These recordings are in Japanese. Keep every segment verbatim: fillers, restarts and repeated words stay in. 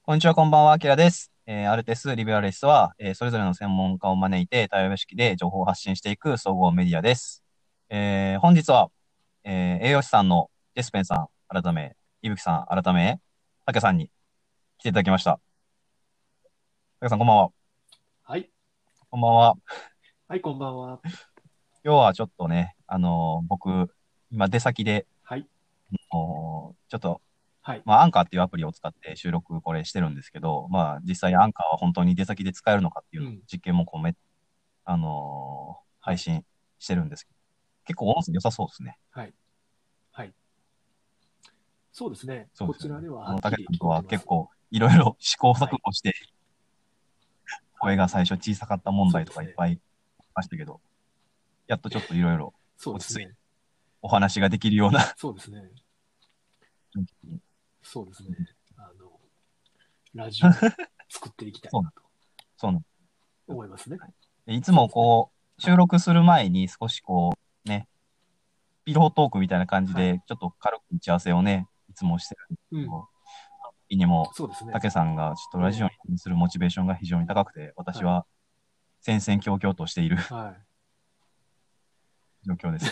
こんにちは、こんばんは、アキラです。えーアルテス、リベラレスは、えーそれぞれの専門家を招いて対話式で情報を発信していく総合メディアです。えー本日は、えー栄養士さんのデスペンさん、改め、いぶきさん、改め、たけさんに来ていただきました。たけさん、こんばんは。 はい。 こんばんは。 はい、こんばんは。 今日はちょっとね、あのー僕、今出先で、 はい。 おーちょっと、 はい。 まあ、アンカーっていうアプリを使って収録これしてるんですけど、まあ、実際アンカーは本当に出先で使えるのかっていうのをうん。 実験も込めあのーはい。 配信してるんですけど、結構音声良さそうですね。 はい。はい。そうですね。こちらそうですよね。あの、 でははっきり竹さんとは聞こえてます。 結構いろいろ試行錯はい。 誤して、 はい。 声が最初小さかった問題とそうですね。 かいっぱいありましたけど、やっとちょっといろいろ落ち着いてそうですね。 お話ができるようなそうですね。 状況に。 そうですね。あの、ラジオを作っていきたいそう、 なとそうなんですよ。 思いますね。 はい。でいつそうですね。 もこう、 はい。 収録する前に少しこう、ね、ピロートークみたいな感じはい。 で、ちょっと軽く打ち合わせをね、いつもしてるんですうん。 けど、時にも、 そうですね。 たけさんがちょっとラジオえにするモチベーションが非常に高くて、 ー、はい。 私は戦々恐々としているは状況で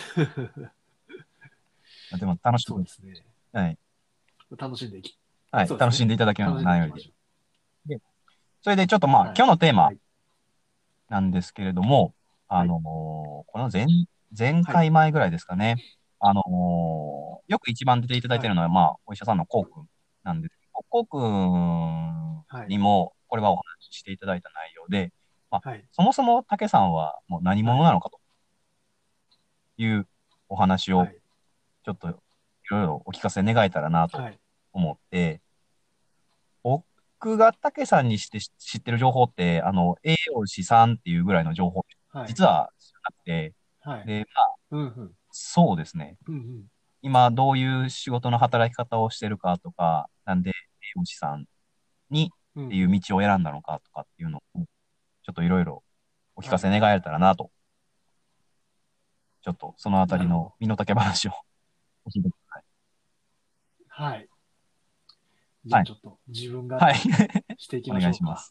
い。 す。まあでも楽しんで、 そうですね。 はい。 楽しんでいき、 はい。 そうですね。 楽しんでいただけるよう楽しんでな内容で。 いきましょで、それでちょっとまあ、 う。はい。 今日のテーマはい。 なんですけれども、あはい。 のーこの前、前はい。 回前ぐらいですかね。あのーよく一番出ていただいはい。 ているのは、まあ、お医者さんのこうくんなんですけど、こうくんはい。 にも、これはお話ししていただいた内容で、まあ、 はい。 そもそも竹さんはもう何はい。 者なのかというお話を、 はい。 ちょっといろいろお聞かせ願えたらなとはい。 思って、僕が竹さんにして知ってる情報って、あの、栄養士さんっていうぐらいの情報、 はい。 実は知らなくて、 はい。 で、まあ、 うんうん。 そうですね。 うんうん。 今、どういう仕事の働き方をしてるかとか、なんで栄養士さんにっていううんうん。 道を選んだのかとかっていうのを、ちょっといろいろお聞かはい。 せ願えたらなと、ちょっとそのあたりなるほど。 の身の丈話を教えてください。 はい。じゃはい。 あちょっと自分語はい。 りしていきおましょうか。 願いします。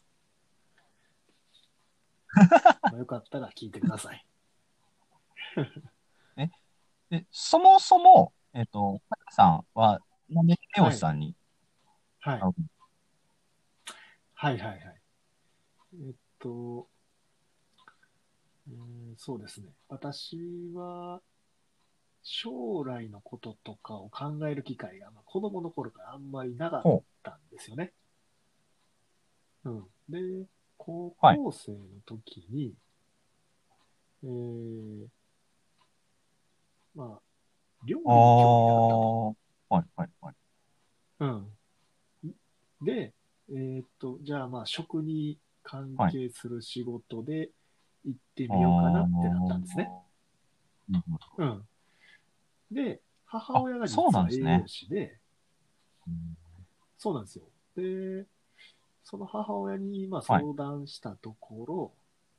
まあ、よかったら聞いてください。 え、で、そもそも、えっと、竹さんは、なんで栄養はい。 士さんに、 はい。 あのはいはいはい。えっと、うーん、そうですね。私は将来のこととかを考える機会が、まあ、子供の頃からあんまりなかっほう。 たんですよね。うん。で、高はい。 校生の時に、えー、まあ、料あ理に興味があったと。 あ、はい、はい、はい。 うん。で、えーっと、じゃあまあ食に関はい。 係する仕事で行ってあみようかなってなったんですね。 あ、なるほど。 うん。で、母あ、 親がそう実は栄養なんですね。 士で、 うん。 そうなんですよ。で、その母親にまあはい。 相談したところ、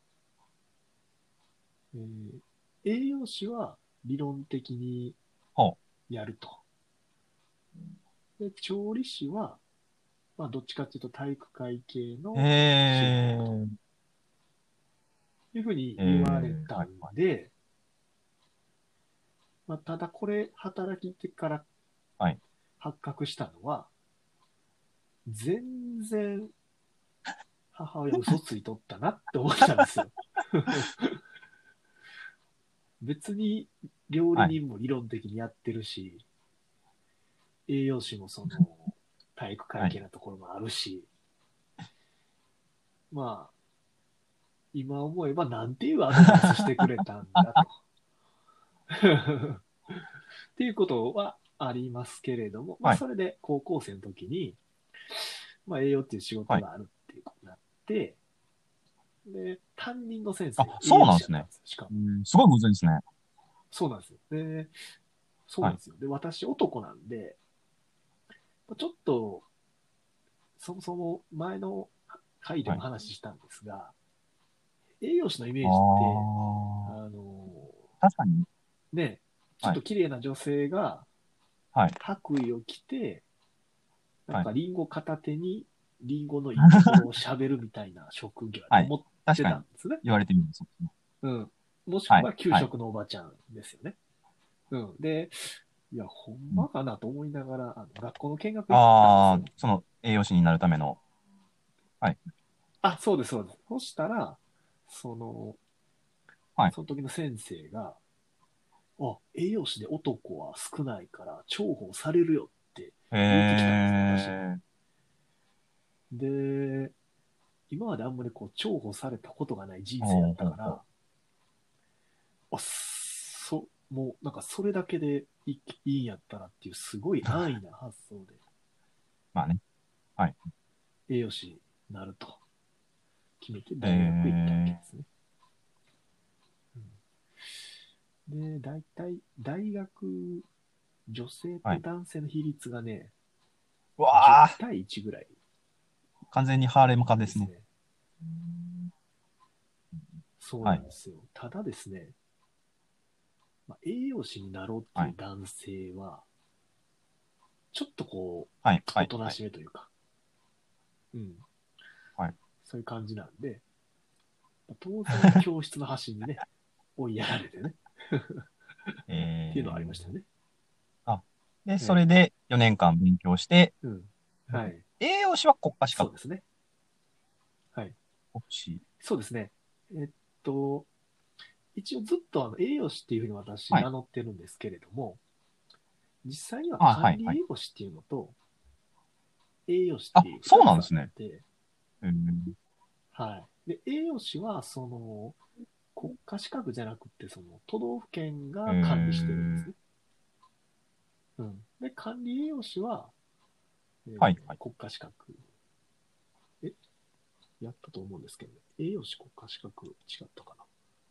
えー栄養士は理論的にほやると。で、調理師は、まあどっちかっていうと体育会系う。への仕事だとえ、 いうふうにえ言われえ、 たんはい、はい。 で、まあ、ただこれ働きてからはい。 発覚したのは、全然母親嘘ついとったなって思ったんですよ。別に料理はい。 人も理論的にやってるし、栄養士もその体育会はい。 系なところもあるし、まあ、今思えばなんていうアドバイスしてくれたんだと。っていうことはありますけれども、まあ、 はい。 それで高校生の時に、まあ、栄養っていう仕事はい。 があるっていうことになって、で、担任の先あ、 生が栄そうなんですね。 養士やったんですよ、しかも。 うん、すごいむずいですね。 そうなんですよ。で、そうはい。 なんですよ。で、私男なんで、ちょっと、そもそも前の回ではい。 も話したんですが、栄養士のイメあージって、ああ、 の、 確かに。 ね、ちょっはい。 と綺麗な女性がはい。 白衣を着て、なんはい。 かリンゴ片手にリンゴのいいところを喋るみたいな職業はい。 だと思って確かに。 たんですね。 言われてみるとそうですね。 うん。もしくはい。 は給はい。 食のおばちゃんですよね。うん。で、いや、ほんうん、 まかなと思いながら、あの学校の見学行ったんですよ。 ああ、その栄養士になるための。はい。 あ、そうです、そうです。そしたら、その、 はい。 その時の先生が、あ、栄養士で男は少ないから重宝されるよってへ言うてきたんですね、私に。 え。 で、今まであんまりこう重宝されたことがない人生やっほうほうほう。 たから、あ、そ、もうなんかそれだけでいいいいんやったらっていうすごい安易な発想でまあね。はい。 栄養士になると決めてへ大学行ったわけでえ。 すね。うん、で、大体大学、女性はい。 と男性の比率がね、 うじゅうわあ、 対いちぐらい完全にハーレム化ですね。 ですね。そうはい。 なんですよ。ただですね、まあ、栄養士になろうってはい。 いう男性は、ちょっとこはい。 う、 はい。 おとなはい。 しめというか、うん、 はい。 そういう感じなんで、まあ当然教室の端にね、追いやられてね、っていうのはありましたよえー、 ね。 あ、で、 ええ、 それでよねんかん勉強して、 うん。はい。 栄養士は国家資格。 そうですね。はい。 国士。 そうですね。えっと、一応ずっとあの栄養士っていうふうに私はい。 名乗ってるんですけれども、実際にはあ、はい。 管理はい。 栄養士っていうのと栄養士っあ、 ていうそ二つあっうなんですね。 て、 えー、 はい。で、栄養士はその国家資格じゃなくて、その都道府県えが管理してるんですー、 ね。うん。で、管理栄養士は、えーはい。はい。 国家資格、え、やったと思うんですけどね。栄養士国家資格違ったかな。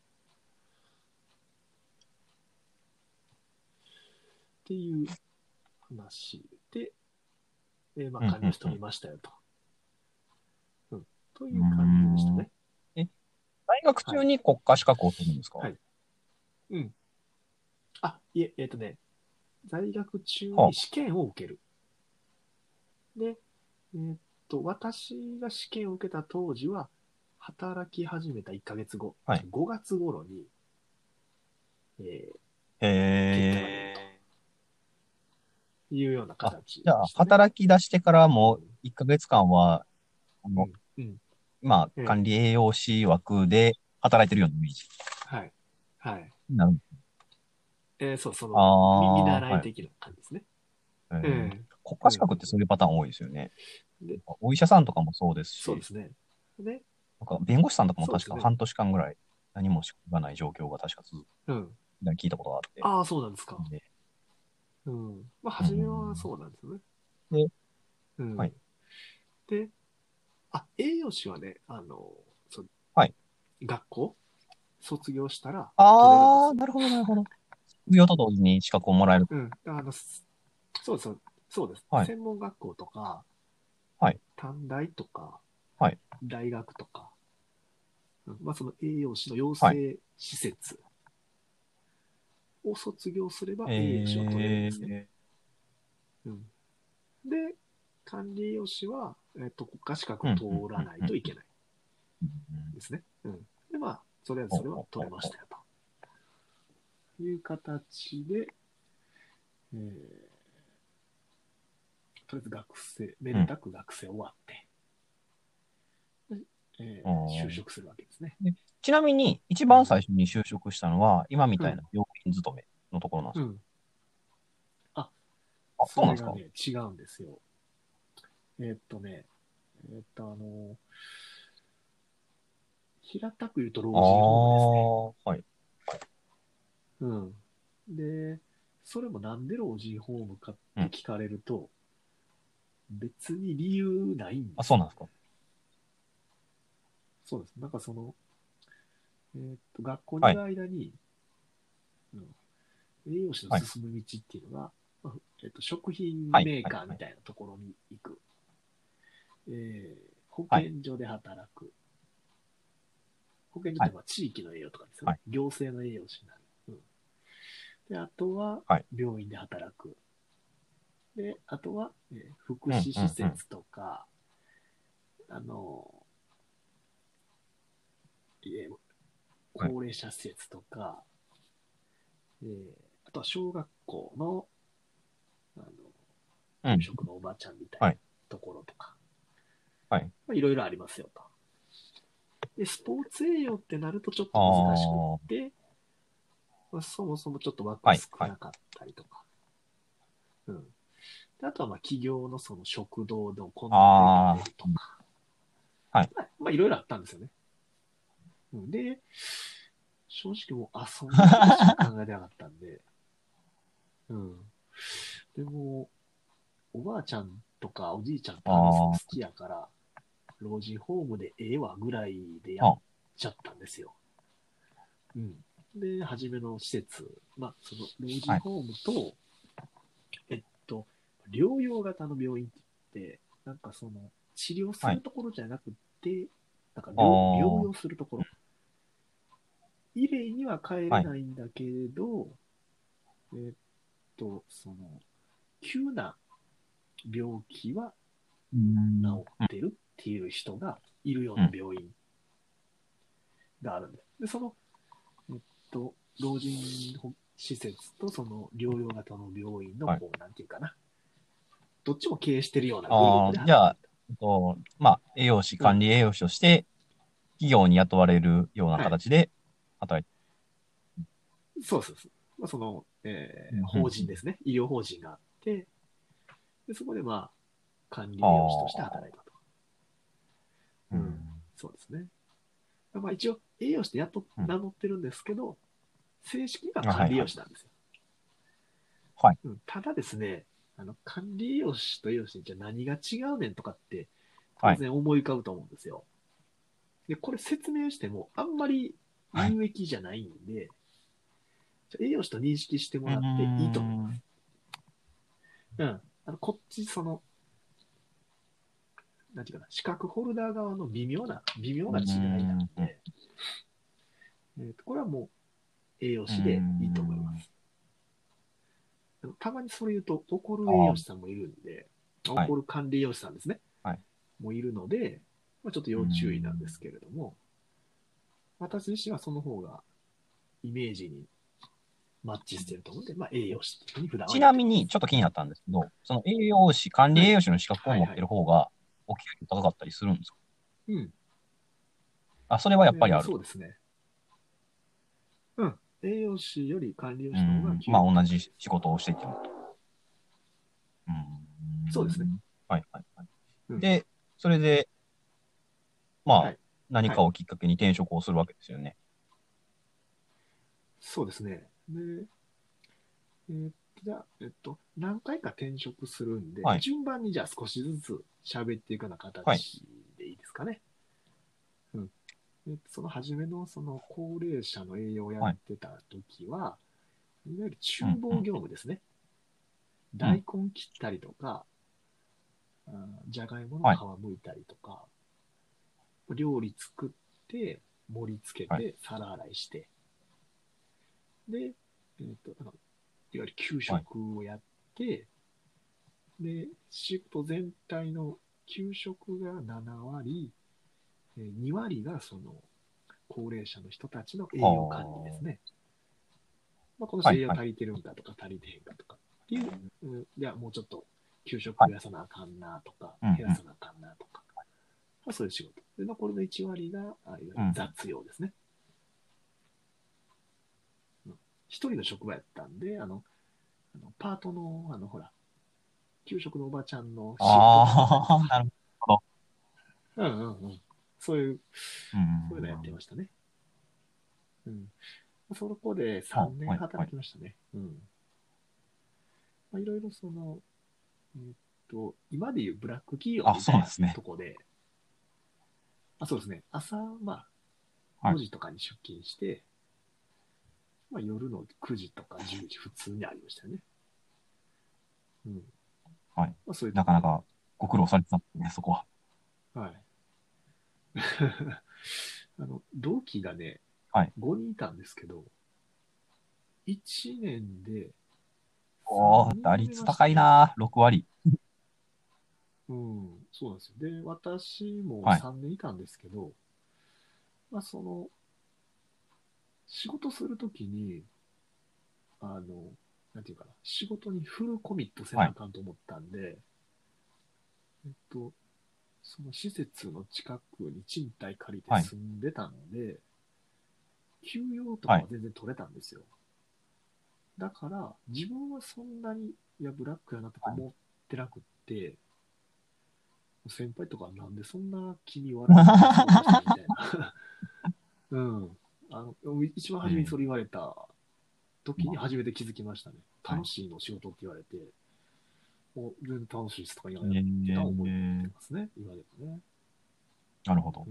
っていう話で、えーまあ、 うん、うん、 管理をしておりうん。 ましたよと。うん。とうーいう感じでしたん。 ね。 え、大学はい。 中に国家資格を取るんですか？ははい。うん。あ、いえ、えっ、とね、在学中あ、 に試験を受ける。で、えーっと、私が試験を受けた当時は、働き始めたいっかげつご、 はい。 ごがつ頃に、えーへ結果が出るとえ。 いうようなあ、 形じゃあ、 でしたね。 働き出してからうん。 もういっかげつかんは、あの、 うん。うん。 今、 ええ。 管理栄養士枠で働いてるようなイメージはい。はい。 になる。 えーそう、そあの、見、見あ、はい。 習い的な感じですね。 えー、 え国え。うん。 家資格ってそういうパターン多いですよね。 で、 お医者さんとかもそうですし、 そうですね。で、 なんか弁護士さんとかもそうですね。 確か半年間ぐらい何も資格がない状況が確か続くうん。 みたいな聞いたことがあって。 ああ、そうなんですか。 で、 うん。まあ、 うんう初めはんそうなんですよね。 うん。で、 うん。 はい。 で、あ、栄養士はね、あの、そう、 はい。 学校卒業したら取れるんでああ、 すよ。 なるほど、なるほど。副業と同時に資格をもらえる。 うん。あの、すそうです、そうそうです。 はい。 専門学校とか、 はい。 短大とか、 はい。 大学とか、うんまあ、その栄養士の養はい。 成施設を卒業すれば栄養士は取れるんですね。 えうん、で、管理栄養士は、えっと、国家資格ー、 をうん、うん、うん、 通らないうん。 といけないうんですね。うん、で、まあ、とりあえずそれはほうほうほうほう。 取れましたよという形で、えー、とりあえず学生、めうん。 でたく学生終わって、でえあー就ー、 職するわけですね。 で、ちなみに、一うん。 番最初に就職したのは、今みうん。 たいな病院勤めのところなんですか？ うん。あ、 あ、そうなんですか？ それがね、違うんですよ。えーっとね、えーっと、あの、平たく言うとあ老人ホームですね。 あ、はい。 うん。で、それもなんで老人ホームかっうん。 て聞かれると、別に理由ないんであ、 すよ。 そうなんですか？ そうです。なんかその、えーっと、学校にいはい。 る間に、うん、栄養士のはい。 進む道っていうのが、まあえーっと、食品はい。 メーはい。はい。 カーみたいなところに行く。えー保はい。 健所で働く。保健所っはい。 てまあ地域の栄養とかですよね。 はい。 行政の栄養士になる。うん、で、あとははい。 病院で働く。で、あとは、えー福うん。 祉うん。うん。 施設とか、 あの、家高はい。 齢者施設とか、えーあとは小学校の、あの給うん。 食のおばちゃんみたいなはい。 ところとか、 はい。 まあ、いろいろありますよと。で、スポーツ栄養ってなるとちょっあと難しくっあ。 て、まあ、そもそもちょっと枠はい。はい。 少なかったりとか。うん。であとはまあ企業のその食堂のこんなんで食べああ。うん。 るとか、 はい。 まあ、まあいろいろあったんですよね。うん、で、正直もう遊んでることしか考えてなかったんで、うん。でも、おばあちゃんとかおじいちゃんと話すの好あきやから、老人ホームでええわぐらいでやあ。 っあ、 ちゃったんですよ。うん。で、初めの施設、まあ、その老はい。 人ホームと、えっと、療養型の病院って言って、なんかその、治療すはい。 るところじゃなくて、なんかあ療療養あ。 するところ、医霊には帰れはい。 ないんだけれど、えっと、その、急な病気はうん。 治っうん。 てるっていう人がいるよううん。 な病院があるんです。で、その、えっと、老人施設とその療養型の病院の、 はい。 こう、なんていうかな、どっちも経営してるようなグルーああ。 プでじゃあ、 働いてえっと、まあ、栄養士、 た。うん。 管理栄養士として、企業に雇われるようなはい。 形で働いてそうそうそう。まあ、その、えーる。うん。うん。 法人ですね。医療法人があって、でそこでまあ、管理栄養士としてああ。 働いたと。 ううん。 ん。 そうですね。まあ一応、栄養士でやっとうん。 名乗ってるんですけど、正式にはあ、 管理栄はいはい。 養士なんですよ。 はい。 うん、ただですね、あの、管理栄養士と栄養士にじゃあ何が違うねんとかって、 はい。 当然思い浮かぶと思うんですよ。で、これ説明してもあんまりはい。 有益じゃないんで、栄養士と認識してもうーらっていいと思います。 ん。 うん。あの、こっち、その、なんていうかな、資格ホルダー側の微妙な、微妙うーな違いなんん。うん。 で、えーと、これはもう栄養うー士でいいと思いまん。 す。たまにそれ言うと怒る栄ああ。 養士さんもいるんで、 はい。 怒る管理栄養士さんですね、 はい。 もいるので、まあ、ちょっとうー要注意なんですん。 けれども、私自身はその方がイメージにマッチしてると思うんで、まあ、栄養士っていうふうに普段はちなみに、 言ってます。 ちょっと気になったんですけど、その栄養士、管理はい。 栄養士の資格を持ってはいはい。 る方が、お給料高かったりするんですか？ うん。 あ、それはやっえーぱりあると。 そうですね。うん。栄養士より管理栄養士の方がうーん。 給料まあ、同高いです。 じ仕事をしていても。うーそうですね。 ん。はいはいはい。 うん。 で、それで、まあ、 はい。はい。 何かをきっかけに転職をするわけですよね。 そうですね。で、えーっと、じゃあ、えっと、何回か転職するんで、 はい。 順番にじゃあ少しずつ喋っていくようなはい。 形でいいですかね。うん。でその初めのその高齢者の栄養をやっはい。 てた時は、いわゆる厨うんうん。 房業務ですね。 うん。 大根切ったりとか、あじゃがいものはい。 皮むいたりとか、料理作って、盛り付けはい。 て、皿洗いして、で、えーと、なんかいわゆる給はい。 食をやって、で、シフト全体の給食がなな割、えーに割がその高齢者の人たちのあ栄養管理ですあ。 ね。まあ、この人はい。はい。 栄養足りてるんかとか足りてへんかとかっていう、うん、いや、もうちょっと給食はい。 増やさなあかんなとか、 うんうん。 減らさなあかんなとか、まあ、そういう仕事。で、残りのいち割が、あいわゆるうん。 雑用ですね。うん、一人の職場やったんで、あの、あのパートの、あの、ほら、給食のおばちゃんのシフトがあったりとああ、 か、 なるほど。 うんうんうん。そういう、 うーそういうのやってまん。 したね。うん。そこであ、 さんねんはい、はい。 働きましたね。うん。まあ、いろいろその、えーっと、今でいうブラック企業あ、 みたいなそうなんですね。 とこで、あ、そうですね。朝、まあ、 はい。 ごじとかに出勤して、まあ、夜のくじとかじゅうじ普通にありましたよね。うん。 はい。 まあ、そういうところで。 なかなかご苦労されてたんですね、そこは。 はい。あの、同期がね、 はい。 ごにんいたんですけど、いちねんで3 おー、打人辞め率ましたね。 高いな、ろく割。 うん。 そうなんですよ。で、私もはい。 さんねんいたんですけど、まあ、その、仕事するときに、あの、なんていうかな、仕事にフルコミットせはい。 なあかんと思ったんで、えっと、その施設の近くに賃貸借りてはい。 住んでたので、休養とかはい。 は全然取れたんですよ。だから、自分はそんなに、いや、ブラックやなとか思ってなくって、先輩とかなんでそんな気に悪いことをするんですかみたいな。うん。あの、一番初めにそれええ言われた時にま初めて気づきましたね。 あ、はい。 楽しいの仕事って言われて、もう全然楽しいですとか言われてた思い出てええますね、今でもね。 なるほど。 うん。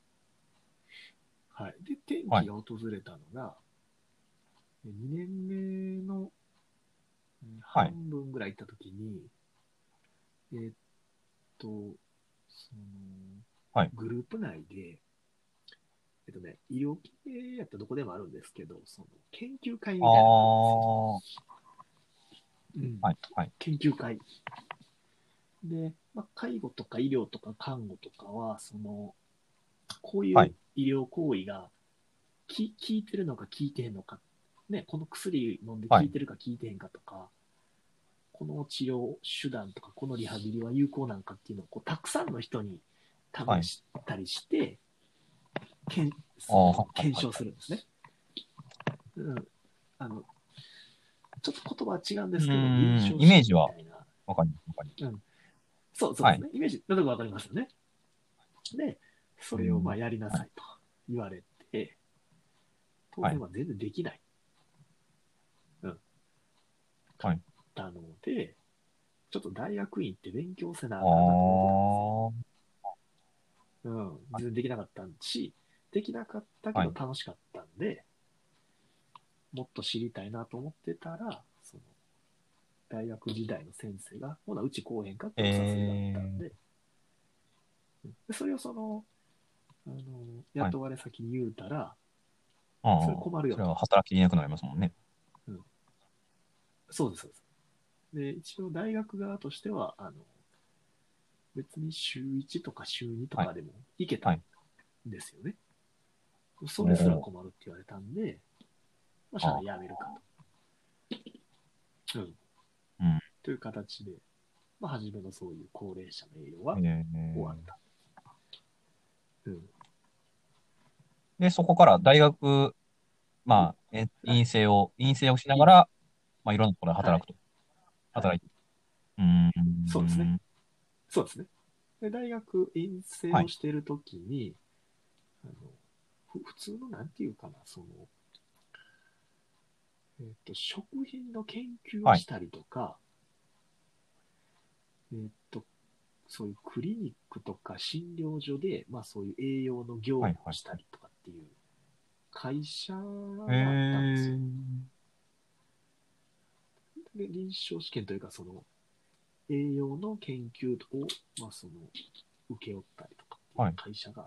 はい。で、転はい。 機が訪れたのが、にねんめのうんはい。 半分ぐらい行った時に、えーっと、その、 はい。 グループ内で、えっとね、医療系やったらどこでもあるんですけど、その研究会あみたいなのがあるんですよ。 あ、 うん。 はい。はい。 研究会。で、まあ、介護とか医療とか看護とかは、その、こういうはい。 医療行為がき効いてるのか効いてへんのか、ね、この薬飲んで効はい。 いてるか効いてへんかとか、この治療手段とか、このリハビリは有効なんかっていうのをこうたくさんの人にはい。 試したりして、けんああ、 そのはい。はい。 検証はい。 するんですね。うん、あのちょっと言葉は違うんでうすけど、臨ーん、 床試験イメージはみたいな、 わかります。わかります。 うん、そうそうではい。 すね、イメージ、なんとかわかりますよね。で、それをまあうん。 やりなはい。 さいと言われて、当はい。 然は全然できない、うん、かっはい。 たので、ちょっと大学院って勉強せなああかんなと思ってたんですよ。 あ、はうん、全い。 然できなかったし、できなかったけはい。 ど楽しかったんで、もっと知りたいなと思ってたら、その大学時代の先生が、ほな、うちこうへんかってお誘いがあったんで、 ええでそれをその、あの、 はい。 雇われ先に言うたら、それああ、 困るよと。 それは働きにくくなりますもんね。 うん、そうです、そうです。で、一応大学側としては、あの、別に週いちとか週にとはい。 かでも行けたんはい。 ですよね。そおれすらお、 困るって言われたんで、まあ、社あ内辞めるかあ、 と。うん。 うん。 という形で、まあ、初めのそういう高齢者の栄養は終わっええた。うん。 で、そこから大学、まあ、え、 はい。 院生を、院生をしながいいです。 ら、まあ、いろんなところではい。 働くと。 はい。 働いて。うーん。 そうですね。そうですね。で、大学院生はい。 をしているときに、あの、ふ普通のなんていうかな、その、えっと、食品の研究をはい。 したりとか、えっと、そういうクリニックとか診療所で、まあそういう栄養の業はい。 務をはい。はい。 したりとかっていう会社えはあったんですよ。 ー、 で、臨床試験というか、その栄養の研究を、まあその、請け負ったりとかっていうはい。 会社があって、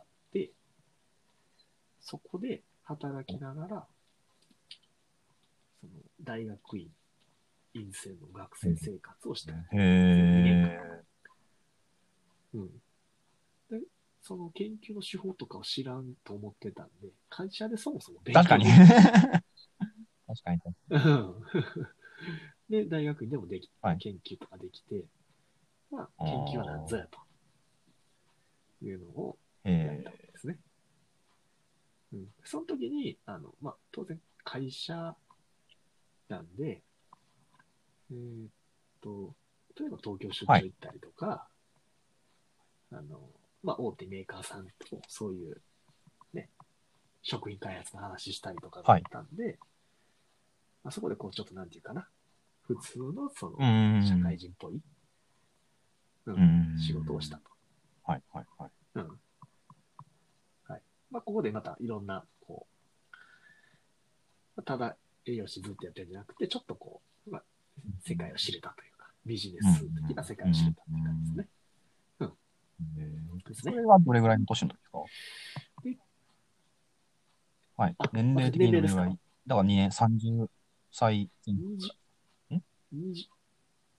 そこで働きながら、その大学院院生の学生生活をしたんへですね、にねんかん。 え、 うん。で、その研究の手法とかを知らんと思ってたんで、会社でそもそも勉確かに。 強できない。 確かに。 うんで、大学院でもでき、 はい。 研究とかできて、まあ、 あ研究は何ぞやあ、 というのをへやったわけえ、 ですね。うん。その時に、あの、まあ、当然会社なんで、えーっと、例えば東京出はい。 張行ったりとか、あの、まあ、大手メーカーさんとそういうね、食品開発の話したりとかがあっはい。 たんで、まあ、そこでこう、ちょっとなんていうかな、普通のそうーの、社会ん。 人っぽい、ううーん、仕事をしたん。 と。 はい。はい。はい。 うん。はい。まあ、ここでまたいろんな、こう、ただ栄養士ずっとやってるんじゃなくて、ちょっとこう、まあ、世界を知れたというか、ビジネうん。 ス的な世界うん。 を知れたっうん。 ていう感じですね。うん。 へえそれですね。 はどれぐらいの年の時ですか？ で、 はい。 あ、 年齢的年齢ですか？ にどれぐらいだからにねん、さんじゅっさい前後ぐらにじゅう、 い。んにじゅう、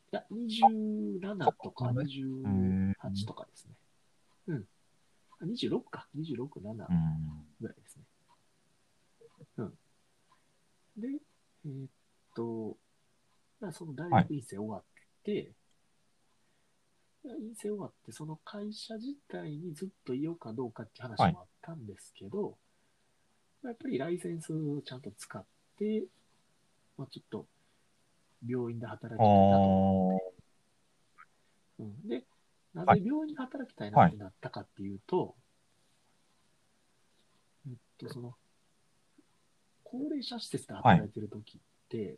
や、にじゅうななとかそこまで。うーん。 にじゅうはちとかですね。うん。あにじゅうろくか。にじゅうろく、ななうん。 ぐらいですね。うん。で、えーっと、まあ、その大はい。 学院生終わって、院生終わって、その会社自体にずっといようかどうかって話はい。 もあったんですけど、やっぱりライセンスをちゃんと使って、まあ、ちょっと病院で働きたいなと思って、 おー。 うん、で、なはい。 ぜ病院で働きたいなっはい。 てなったかっていうと、えっと、その、高齢者施設ではい。 働いてる時って、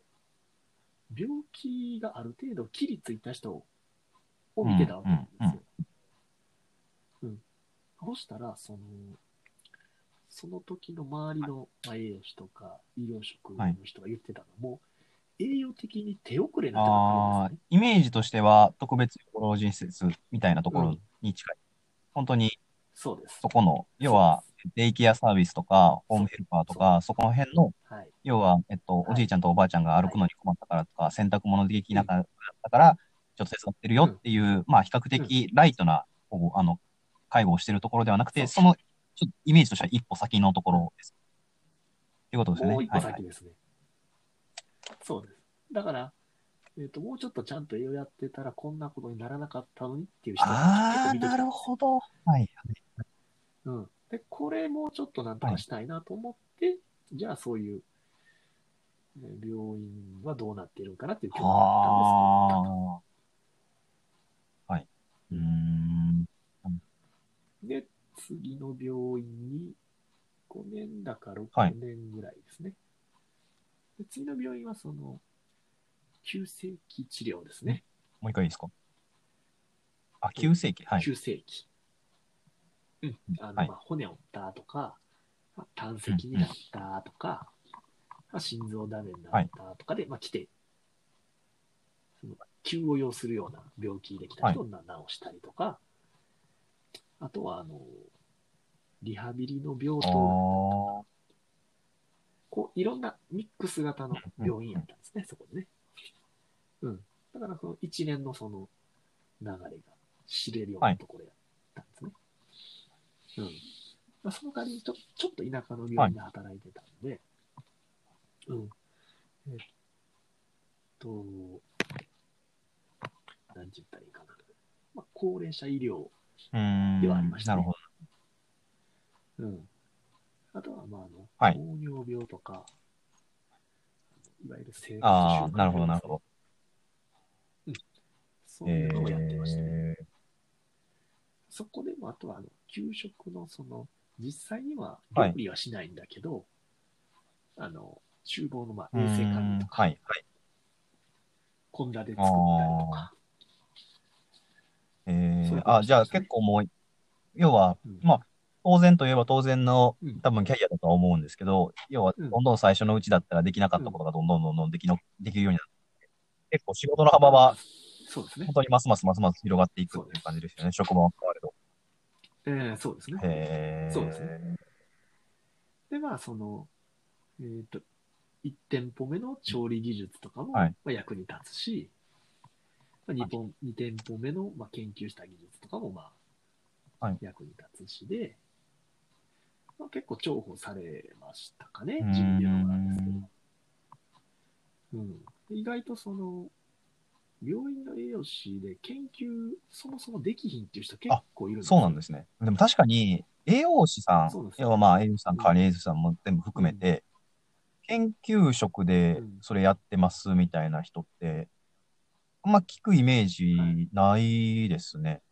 病気がある程度切りついた人をうん。 見てたわうん。 けなんですよ。 うん。 うん。そうしたら、その、その時の周りの、まあ、栄養士とか医療職はい。 の人が言ってたのも、栄養的に手遅れなってばっかりですあー、 ね。 イメージとしては、特別養老人施設みたいなところうん。 に近い。本当に、 そうです。 そこの、要は、 そうです。 デイケアサービスとか、ホームそう。 ヘルパーとそう。 か、そこの辺の、 はい。 要は、えっと、おはい。 じいちゃんとおばあちゃんが歩はい。 くのに困ったからとか、洗濯物できうん。 なかったから、ちょっと手伝ってるようん。 っていう、まあ、比較うん。 的ライトな、こう、あの、介護をしてるところではなくて、 そその、ちょっとイメージとしては一歩先のとこう。うん。 ろです。っていうことですよね。 もう一歩はいはい。 先ですね。そうです。だから、えっ、と、もうちょっとちゃんと栄養やってたら、こんなことにならなかったのにっていう人を結構あー、 見てきなるたんですよ。 ほど。はいうん。で、これもうちょっとなんとはい。 かしたいなと思って、じゃあそういう、ね、病院はどうなっているかなっていう興味があったんで、そこに行ったと。 はー。はい。うーうんん。 で、次の病院にごねんだか6 はい。 年ぐらいですね。で次の病院はその急性期治療ですんもね。 う一回いいですか？あ、 うん。 急性期。はい。 急性期。うん。あの、 はい。 まあ、骨折ったとか、胆うん、 石になっうん。 たとか、まあ、心臓ダメになっはい。 たとかで、まあ、来て、その急を要するような病気できたはい。 人を治したりとか、あとは、あの、リハビリの病あ棟だったりとか、 ー。 こう、いろんなミックス型のうん、 病院うん。 やったんですね、そこでね。うん。だから、その一連のその流れが知れるようはい。 なところやったんですね。うん。まあ、その代わりにちょ、ちょっと田舎の病はい。 院で働いてたんで、うん。えっと、なんて言ったらいいかな。まあ、高齢者医療うーではありん。 ましたね。 なるほど。 うん。あとは、まあ、あの、 はい。 糖尿病とか、いわゆる生活習あー、なるほど、 慣病ですね。 なるほど。 うん。そういうのをやってましたね。 えー。 そこでも、あとは、あの、給食の、その、実際にははい。 料理はしないんだけど、あの、厨房の、まあ、 うー衛生管理とん。 か、 はい。はい。 献立あ作ったりとか、 ー。えー。あ、 そういうことをしじゃあてましたね。 結構もう、要は、 うん。 まあ、当然といえば当然のうん。 多分キャリアだとは思うんですけど、要は、 うん。 どんどん最初のうちだったらできなかっうん。 たことがどんどんどんどんできの、できるようになって、結構仕事の幅ああ、まあ、 はそうですね。 本当にますますますます広がっていくっていうそうです。 感じですよね。職場も変わると。 えー、そうですね。 へそうですね。 え。 で、まあ、その、えっと、いち店舗目の調理技術とかも、 はい。 まあ、役に立つし、まあ、2, はい。 本に店舗目の、まあ、研究した技術とかも、まあ、 はい。 役に立つしで、まあ、結構重宝されましたかね。 うー自分で言うのもなんですけど。 ん。 うん。意外とその、病院の栄養士で研究そもそもできひんっていう人結あ、 構いるんですよ。 そうなんですね。でも確かに、栄養士さん、 そうなんですよ。 要はまあ栄養士さん、 うん。 管理栄養士さんも全部うん。 含めて、研究職でうん。 それやってますみたいな人って、あんま聞くイメーはい。 ジないですね。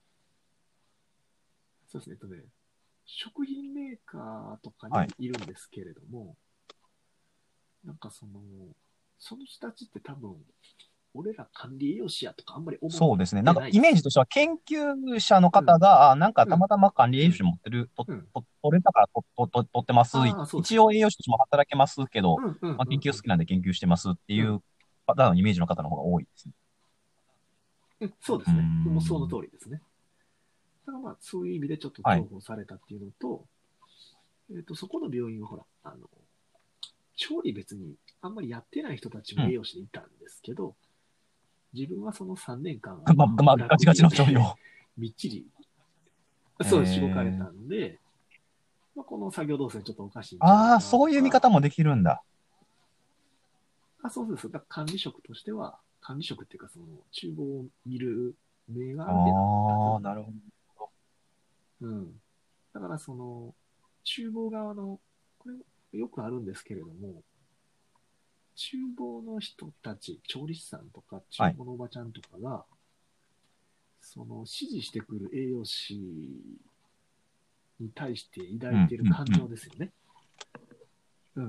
そうですね。えっとね、食品メーカーとかはい。 にいるんですけれども、なんかその、その人たちって多分、俺ら管理栄養士やとかあんまり思っそうですね。なてんかないですよね。 イメージとしては研究者のうん。 方が、あ、なんかうん。 たまたま管理栄養士うん。 持ってる、と、 うん。 と、取れたからと、と、と、取ってます。いああ、そうです。 一応栄養士としても働けますけど、 うん。うん。 まあ、 うん。 研究好きなんで研究してますっていうん。 うパターンのイメージの方の方が多いですね。 うん。そうでうーすね。もうそのん。 通りですね。だからまあ、そういう意味でちょっとはい。 重宝されたっていうのと、えっ、と、そこの病院はほら、あの、調理別にあんまりやってない人たちうん。 も栄養士でいたんですけど、 自分はそのさんねんかん、 ま、ま、 ブラックガチガチの調企業で理を。 みっちり、 えそう、しごかれたー、 んで、まあ、この作業動線ちょっとおかしいんちゃうああ、 かそういう見とか、 方もできるんだ。 あ、そうです。だから管理職としては、管理職っていうか、その、厨房を見る目あが出なかったと。 あ、なるほど。 うん。だから、その、厨房側の、これ、よくあるんですけれども、厨房の人たち、調理師さんとか、 はい。 厨房のおばちゃんとかが、その、指示してくる栄養士に対してうん、 抱いているうん、 感うん。 情ですよね。うん。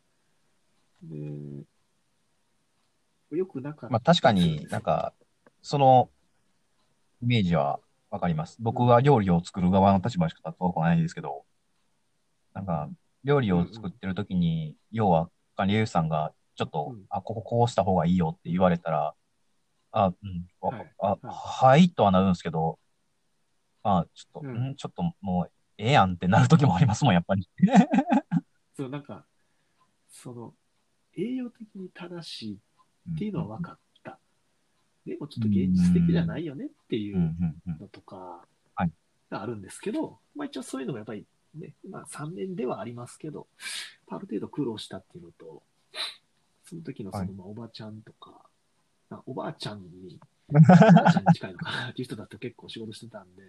で、よくなかっまあ確たりするんかにですよ。 なんか、そのイメージはわかります。僕うん。 は料理を作る側の立場しか立ったことないですけど、なんか、料理を作っうんてる時に、要は管理栄養士さんが、ちょっと、 うん。うん。 あ、こここうした方がいいよってうん。 言われたら、あ、うん、わか、 はい。 あ、 はい。 はいとはなるんですけど、まあ、ちょっと、 うん。 ん、ちょっともう、ええやんってなる時もありますもん、やっぱり。 そう、なんか、その、栄養的に正しいっうん、 ていうのうん、 は分かった。でもちょっうと現実的じゃん、 ないよねってうん、 いううん、うん。 のとかはい、 があるんですけど、まあ一応そういうのもやっぱりね、まあさんねんではありますけど、ある程度苦労したっていうのと、その時のはい。 そのまあおばちゃんとか、あおばあちゃんに、おばあちゃんに近いのかなっていう人だと結構仕事してたんで、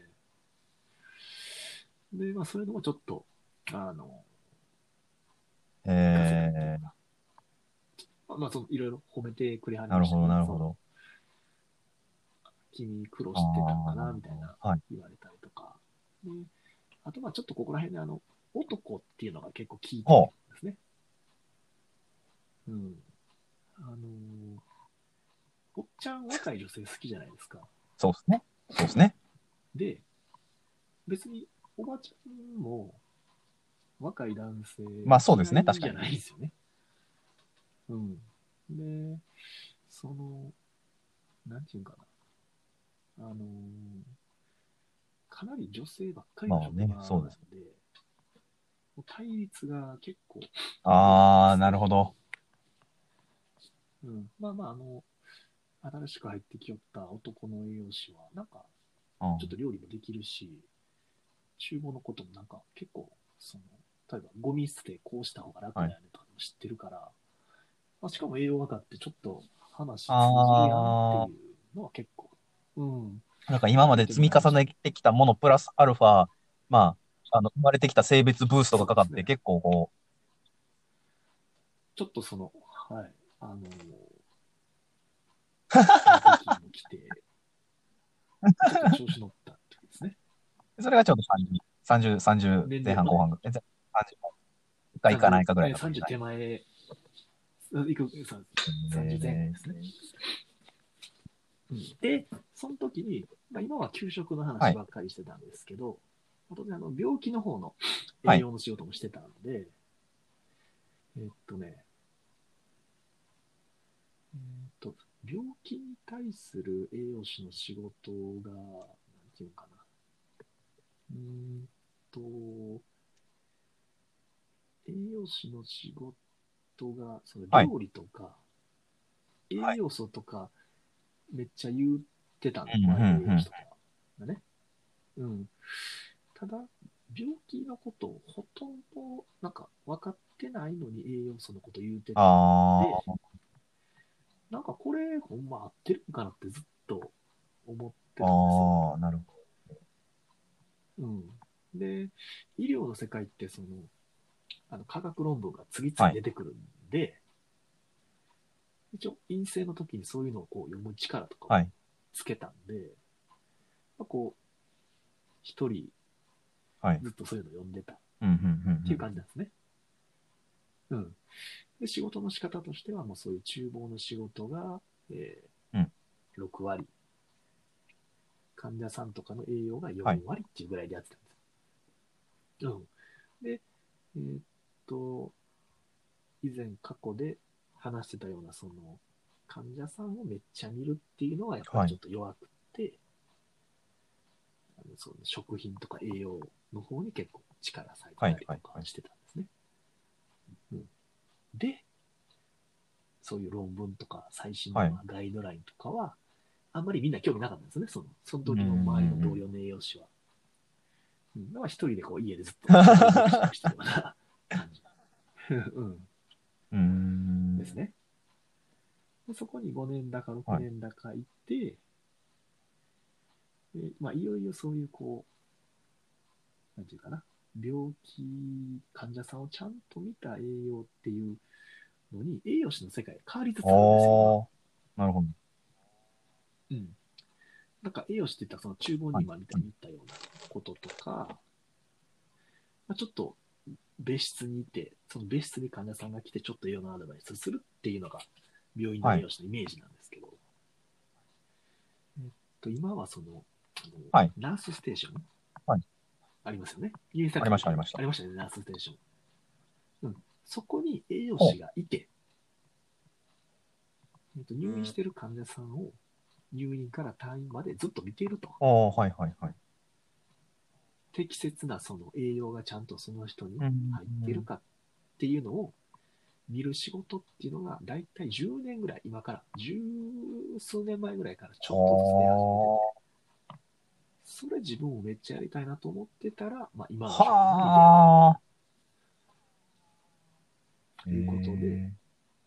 で、まあそういうのもちょっと、あの、活かせたっていうえー、 か、まあそのいろいろ褒めてくれはりなるほど、 ましたね。そのなるほど。 君苦労あしてたんだな、みたいなあ、はい。 言われたりとか。で、あとはちょっとここら辺であの、男っていうのが結構効いてくるほう、 んですね。うん。あのーおっちゃん若い女性好きじゃないですか。 そうですね。そうですね。 で、別におばちゃんも若い男性まあそうですね、確嫌いじゃかに。 ないですよね。うん。で、その、なんていうかな。あのーかなり女性ばっかりの職場まあね、そうです。 なんで、対立が結構多いんでああ、 すよ。 なるほど。 うん。まあまあ、あの、新しく入ってきよった男の栄養士は、なんか、 うん、 ちょっと料理もできるし、厨房のこともなんか結構、その、例えばゴミ捨てこうした方が楽はい。 だよねとかも知ってるから、まあ、しかも栄養分かってちょっと話通じるやんってあいうのは結構、うん、 あ、なんか今まで経験積み重になりましたね。 ねてきたものプラスアルファ、まあ、あの、生まれてきた性別ブーストがかかってそうですね。 結構こちょっとその、はい、あのーう、 その時も来て、ちょっと調子乗ったってことですね。 それがちょうどさんじゅう、さんじゅう、さんじゅう前年齢もね、 半後半ぐらい、え、さんじゅうかいかなさんじゅう、 いかぐらいえさんじゅうの時はい。 手前、いく、さんじゅう前後えですね。うん、で、その時に、まあ、今は給食のー、はい、 話ばっかりしてたんですけど、当然あの病気の方のはい、 栄養の仕事もしてたんで、えっとね、えっと、病気に対する栄養士の仕事が、なんていうのかな。うーんと、栄養士の仕事が、そのはい、 料理とか、栄はい。 養素とか、めっちゃ言ってたんで、 うん、うん、 周りの栄うん。 養士とかがね。うん。ただ、病気のことをほとんど、なんか分かってないのに栄養素のこと言うてたんで、 あなんかこれ、ほんま合ってるんかなってずっと思ってあ、 たんですよ。 ああ、なるほうん。で、医療の世界って、その、あの科学論文が次ど。はい、 々出てくるんで、一応、陰性の時にそういうのをこう読む力とかもはい、 つけたんで、まあ、こう、一人はい。 ずっとそういうの読んでたっうん、うん、 ていううん、 感じなんですね。うん。で、仕事の仕方としては、もうそういう厨房の仕事が、えうん。うん、 ー、ろく割、患者さんとかの栄養がはい、 よん割っていうぐらいでやってたんですよ。うん。で、えーっと、以前過去で話してたような、その、患者さんをめっちゃ見るっていうのはやっぱりはい、 ちょっと弱くて、あのその食品とか栄養の方に結構力割いてはい、はい、 たりとかはい。 してたんですね。うん、で、 そういう論文とか最新はい。 のガイドラインとかは、あんまりみんな興味なかったんですね、そのそのうんう時の周りの同ん僚の栄養士は。うん、だから一人でこう家でずっと課題学習してるような感じ、うん、 うん。うーん。 ですね。でそこにごねんだか6 はい。 年だか行って、でまあ、いよいよそういうこう、なんていうかな、病気、患者さんをちゃんと見た栄養っていうのに、栄養士の世界が変わりつつあるんですよ、今。 おー。なるほど。 うん。なんか栄養士って言ったら、その厨房はい。 に今みたいに言ったようなこととか、まあ、ちょっと別室にいて、その別室に患者さんが来て、ちょっと栄養のアドバイスするっていうのが、病院のはい。 栄養士のイメージなんですけど、えっと、今はその、あのはい。 ナースステーションはい。 ありますよね。インスタありました、ありとかました。 ありましたね、ナースステーション。うん。そこに栄養ほう。 士がいて、えっと、入院している患者さんを入院から退院までずっと見ていると。 おー、はい、はい、はい。 適切なその栄養がちゃんとその人にうん。 入っているかっていうのを見る仕事っていうのが、だいたいじゅうねんぐらい、今から十数年前ぐらいからちょっとずつ出始めてて、 はそれ自分もめっちゃやりたいなと思ってたら、まあ、今あ。 の職場に出会ったはあ。えということで、 ー。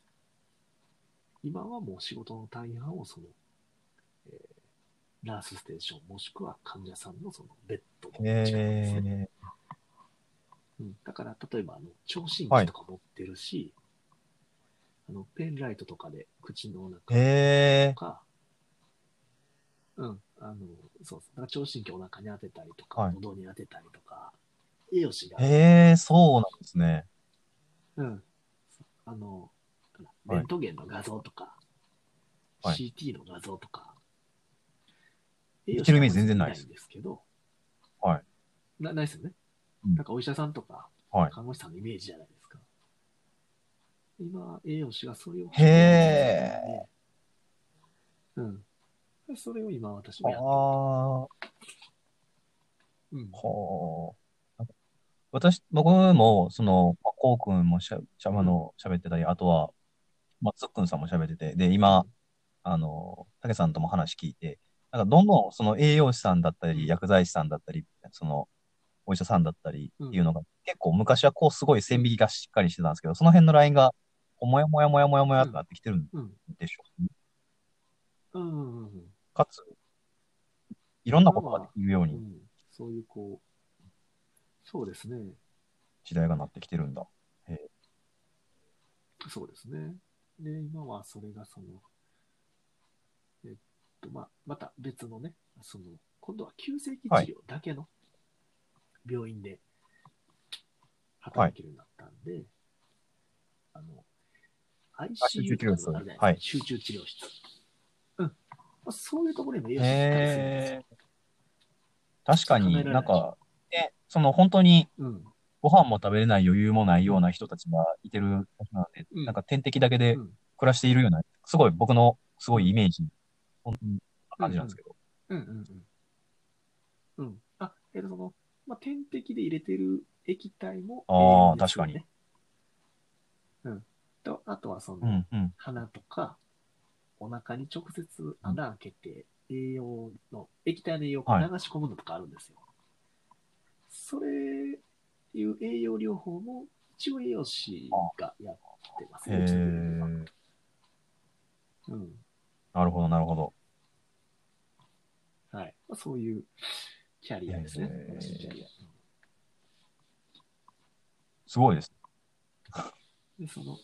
今はもう仕事の大半をその、えーナースステーションもしくは患者さんのそのベッドの近くですね。 えー。 うん、だから例えばあの聴診はい。 器とか持ってるし、あのペンライトとかで口の中を見たりとえか、うん、あのそうだから聴診器をお腹に当てたりとー。 か、 はい。 喉に当てたりとか、栄養士が、 えー、そうなんですね。 うん、あのレはい。 ントゲンの画像とか、 はい。 シーティー の画像とか、栄養士ってあんま見てるイメージりそれ見ないん全然ないです。 ですけど、 はい。 なないですよね。 うん。 なんかお医者さんとかはい。 看護師さんのイメージじゃないですか。今、栄養士がそれをへちょっとやりつつあるんえ。 で、うん。それを今私もやってると。 はあ。 うん。 はあ。私、僕も、その、まあこうくんもしゃ、しゃ、あうん。 の、喋ってたり、あとは、まあ、つっくんさんも喋ってて、で、今、 うん。 あの、たけさんとも話聞いて、なんかどんどんその栄養士さんだったり、 うん。 薬剤師さんだったり、そのお医者さんだったりうん。 っていうのが、結構昔はこうすごい線引きがしっかりしてたんですけど、その辺のラインが、こうもやもやもやもやもやうん。 ってなってきてるんうん。 でしょうね。 うん。うん。 かつ、いろんなことがで今は、 きるようにうん。そういう、こう、そうですね。 時代がなってきてるんだ。へえ。 そうですね。で、今はそれがその、えっと、まあ、また別のね、その、今度は急性期はい、 治療だけの病院ではい。 働けるようになったんで、あの、 あ、集中アイシーユー とか治療室。 あるじゃないですか、 はい。 集中治療室。うん。まあ、そういうところにも栄養へ士いたりするんですよ。 え。確普通考えかにられないでしょ。 なんか、え、その本当にうん。 ご飯も食べれない余裕もないうん。 ような人たちがいてる場所なので、 うん。 なんか点滴だけでうん。 暮らしているような、すごい僕のすごいイうん。 メージ、本当にうん。うん。 感じなんですけど。 うん。うん。うん。あ、えっと、その、まあ、点滴で入れてる液体も栄養ああ、確かに。 ですよね。うん。と、あとはその、 うん、うん、 鼻とか、お腹に直接うん。 穴開けて、栄養の、液体の栄養をこうはい。 流し込むのとかあるんですよ。それいう栄養療法も、一応栄養士あ、 がやってますへね、うちの病院では。 え、 うん。 なるほど、なるほど。 はい。まあ、そういうキャリアですね、私のキャえー、 リア。 すごいです。 で、その、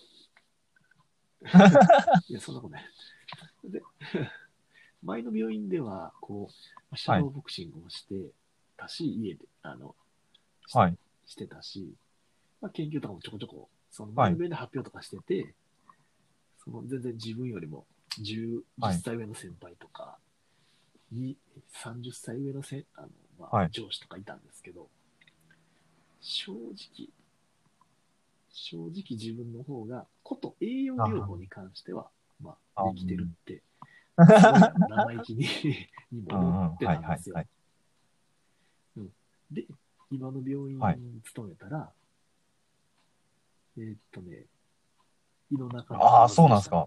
いや、そんなことない。で、前の病院では、こう、シャはい、 ドーボクシングをしてたし、家で、あの、しはい、 してたし、まあ、研究とかもちょこちょこ、その前はい、 の病院で発表とかしてて、その全然自分よりもじゅう、10 はい、 歳上の先輩とか、にさんじゅっさい上のせあの、まあ、 はい。 上司とかいたんですけど、正直、正直自分の方が、こと栄養療あ法に関しては、まあ、 あ、 できてるうん。 って、すごいあの生意気ににもうん、うん、 思ってはい、はい、 たんですよ。 はい。 うん、で、今の病院はい。 に勤めたら、えーっとね、 胃の中のああ、 構図でしたね。 そうなんですか。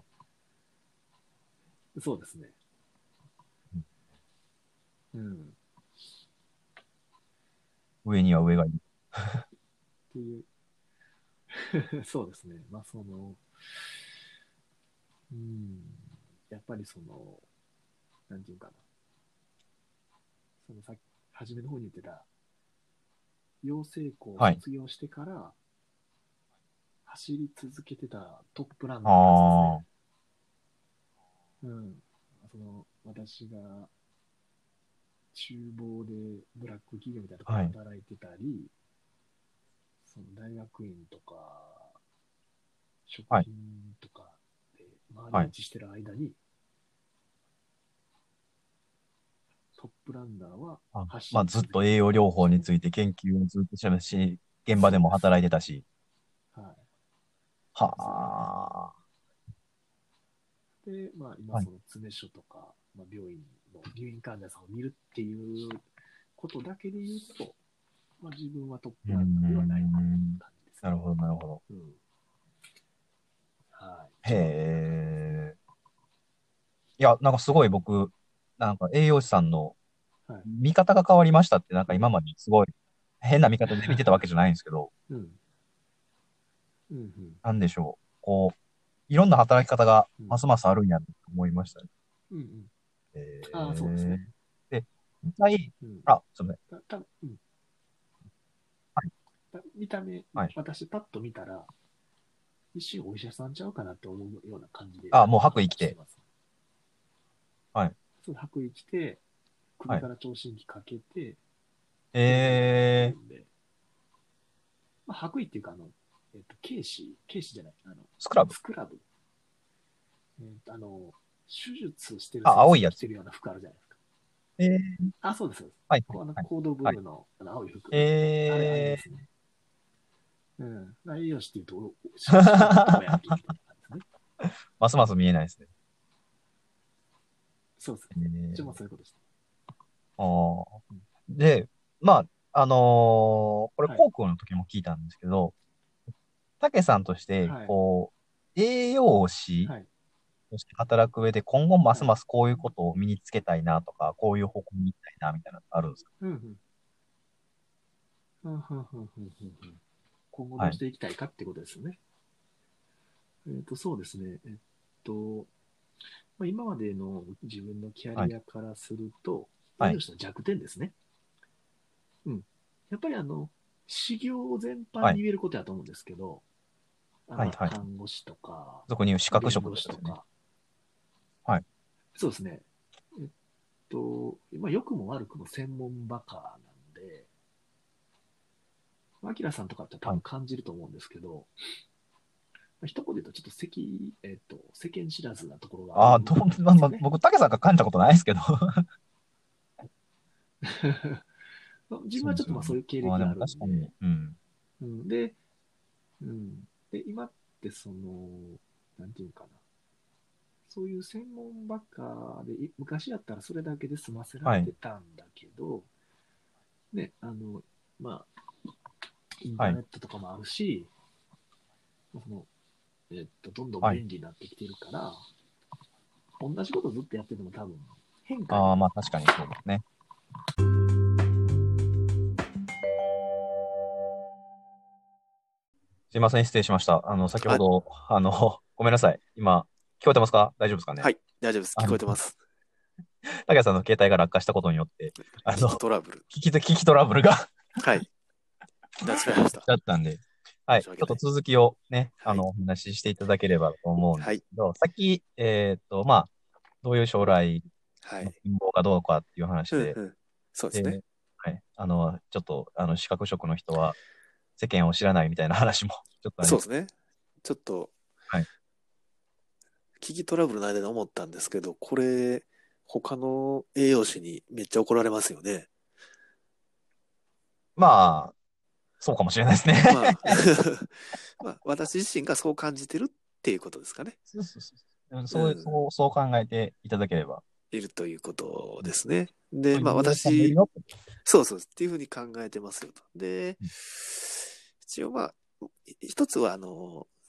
そうですね。うん。っ上には上がいる。 ていう、そうですね。まあ、その、うん、やっぱりその、なんていうかな、そのさっき、初めの方に言ってた、養成校をはい。 卒業してから走り続けてたトップランあナーたちですね。 あ、 うん。その、私が厨房でブラック企業みたいなところはい。 で働いてたり、その大学院とか、食はい。 品とかで回りはい。 道してる間に、トップランナーはあ、 走まあ、 り続けてずっと栄養たわけですよね。 療法について研究をずっとしてるし、現場でもそうです。 働いてたし。 はい。 はそあ。 う。で、まあ、今はい。 その詰め所とか、まあ、病院の入院患者さんを見るっていうことだけで言うと、まあ、自分はトッうープランナーではないん。 感じですね。 なるほど、なるほど。 うん。はい。 へちょっとこんな感じで。 え。いや、なんかすごい僕、なんか栄養士さんのはい。 見方が変わりましたって、なんか今まですごい変な見方で見てたわけじゃないんですけど、 うん。うん。うん。 なんでしょう。こう、いろんな働き方がうん。 ますますあるんやと思いましたね。 うん。うん。 えああ、そうですね。 ー、で、実際、 うん。 あ、すみません。 た、た、うん。 はい、 た見た目、 はい。 私パッと見たら、一瞬お医者さんちゃうかなって思うような感じであ、もう白判衣着て。 断してます。 はい、 そう、白衣着て、首はい。 から聴診器かけて、で、やるえー、 んで、まあ、白衣っていうか、あの、えっと、軽視、軽視じゃない、あの、 スクラブ。 スクラブ。えっと、あの、手術してるあ、 先生が青いやつ。 着てるような服あるじゃないですか。 えー、 あ、そうです、そうです。 はい、 こうあのはい、 コードブはい。 ルーのあの青い服。あれ、あれえですね。うん。栄養士っていうと、ししかも男やんー、 け、みたいな感じですね。 ますます見えないですね。 そうです。 え一応まあー、 そういうことです。 あー、 うん、 で、まあ、あのーこれ、 はい。 航空の時も聞いたんですけど、たけさんとして、 はい。 こう、栄養士はい。 として働く上で、今後ますはい。 ますこういうことを身につけたいなとか、こういう方向に行きたいな、みたいなのあるんですか？ うん、うん。うん、うん、うん、うん、うん。うん今後どはい。 うしていきたいかってことですよね。えっと、そうですね。えっと、まあ、今までの自分のキャはい。 リアからすると、栄はい。 養士の弱点ですね。うん。やっぱりあの、修行全般はい。 に言えることだと思うんですけど、あはい。 まあ、 はい。 看護師とか、 俗に言う資格弁職ってやつですね。 護士とか、 はい。 そうですね。えっと、まあ、良くも悪くも専門バカなんで、アキラさんとかって多はい。 分感じると思うんですけど、まあ、一言で言うとちょっと世間、えっと、世間知らずなところがあるああ、 んどう、まあ、 ですよね。 まあ僕、たけさんが感じたことないですけど。 自分はちょっそうですよね。 とまあそういう経まあ、で歴があもるんで、 確かに、うん。 うん、で、うん、で、今ってその、なんていうかな、そういう専門ばっかで、い昔やったらそれだけで済ませられはい。 てたんだけど、ね、あの、まあ、インタはい。 ーネットとかもあるし、その、えっと、どんどんはい。 便利になってきてるから、同じことずっとやってても多分、変化ああ、 に、 まあ確かにそうですね。すいません、失礼しました。あの、先ほあ、 ど、あの、ごめんなさい。今、聞こえてますか？大丈夫ですかね？ はい、大丈夫です。聞あの、 こえてます。 たけさんの携帯が落下したことによって、あの、 機器トラブル。 聞き、聞きトラブルがはい、なっちゃいました。 だったんで、はい。ちょっと申し訳ない。 続きをね、あはい、 の、お話ししていただければと思うんではい、 すけど、さっき、えーっと、まあ、どういう将来のはい。 希望かどうかっていう話で、 うんうん。そうですね。 で、はい。あの、ちょっと、あの、資格職の人は世間を知らないみたいな話もちょっとあり、 そうですね。ちょっと、 はい。 機器トラブルの間に思ったんですけど、これ、他の栄養士にめっちゃ怒られますよね。 まあ、そうかもしれないですね。 まあ、まあ、私自身がそう感じてるっていうことですかね。 そうそうそう。 うそう、 ん。 そう、そう考えていただければ、 いるということうん、 ですね。で、まあそういう要素もいる私、 よ。 そうそうっていうふうに考えてますよと。で、 うん、 一応まあ、一つはあの、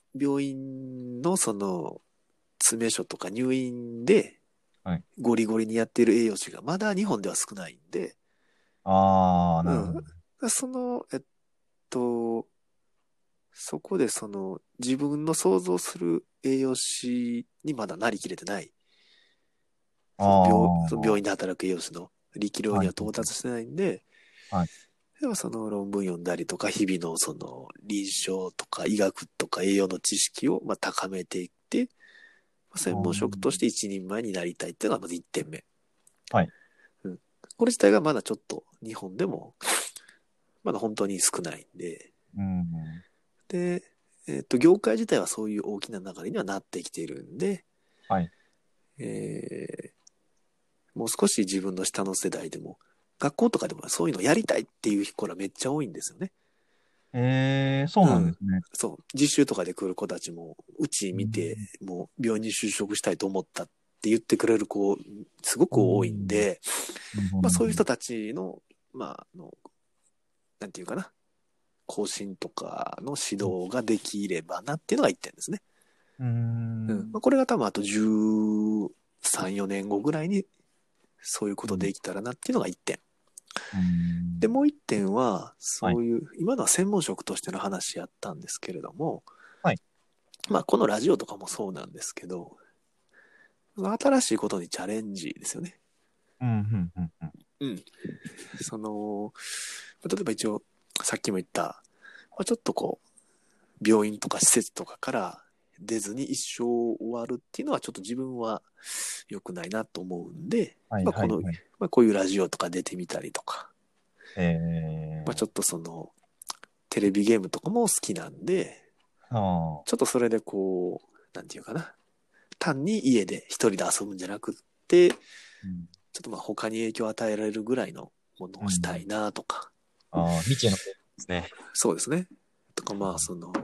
病院のその詰め所とか入院ではいゴリゴリにやっている栄養士がまだ日本では少ないんで、 ああ、なるほど。 その、えっと、そこでその自分の想像する栄養士にまだなりきれてない。その病、その病院で働く栄養士の力量には到達してないんで、 はい。 でもその論文読んだりとか、日々のその臨床とか医学とか栄養の知識をまあ高めていって、専門職として一人前になりたいっていうのがまずいってんめ。 はい。 うん。これ自体がまだちょっと日本でも、まだ本当に少ないんで、 うん。 で、えっと、業界自体はそういう大きな流れにはなってきているんで、 はい。 えーもう少し自分の下の世代でも、学校とかでもそういうのやりたいっていう子らめっちゃ多いんですよね。 えー、そうなんですね。 そう。実習とかで来る子たちも、うち見て、もう病院に就職したいと思ったって言ってくれる子、すごく多いんで、まあそういう人たちの、まあ、あの、なんていうかな、更新とかの指導ができればなっていうのが一点ですね。 うーん。 うん。まあ、これが多分あとじゅうさん、よねんごぐらいにそういうことできたらなっていうのが一点。 うん。 で、もう一点は、そういう、今のは専門職としての話やったんですけれども、 はい。 まあ、このラジオとかもそうなんですけど、新しいことにチャレンジですよね。 うん、うん、うん、うん。 うん。その、例えば一応、さっきも言った、まあ、ちょっとこう、病院とか施設とかから出ずに一生終わるっていうのはちょっと自分は良くないなと思うんで、 はい、 まあ、この、 はい、はい。 まあ、こういうラジオとか出てみたりとか、 えまあ、ちょっとその、テレビゲームとかも好きなんで、 ー、あちょっとそれでこう、なんていうかな、単に家で一人で遊ぶんじゃなくって、 ー、うん。 ちょっとまあ他に影響を与えられるぐらいのものをしたいなとか、 ああ、未知へのことですね。 そうですね。とかまあその、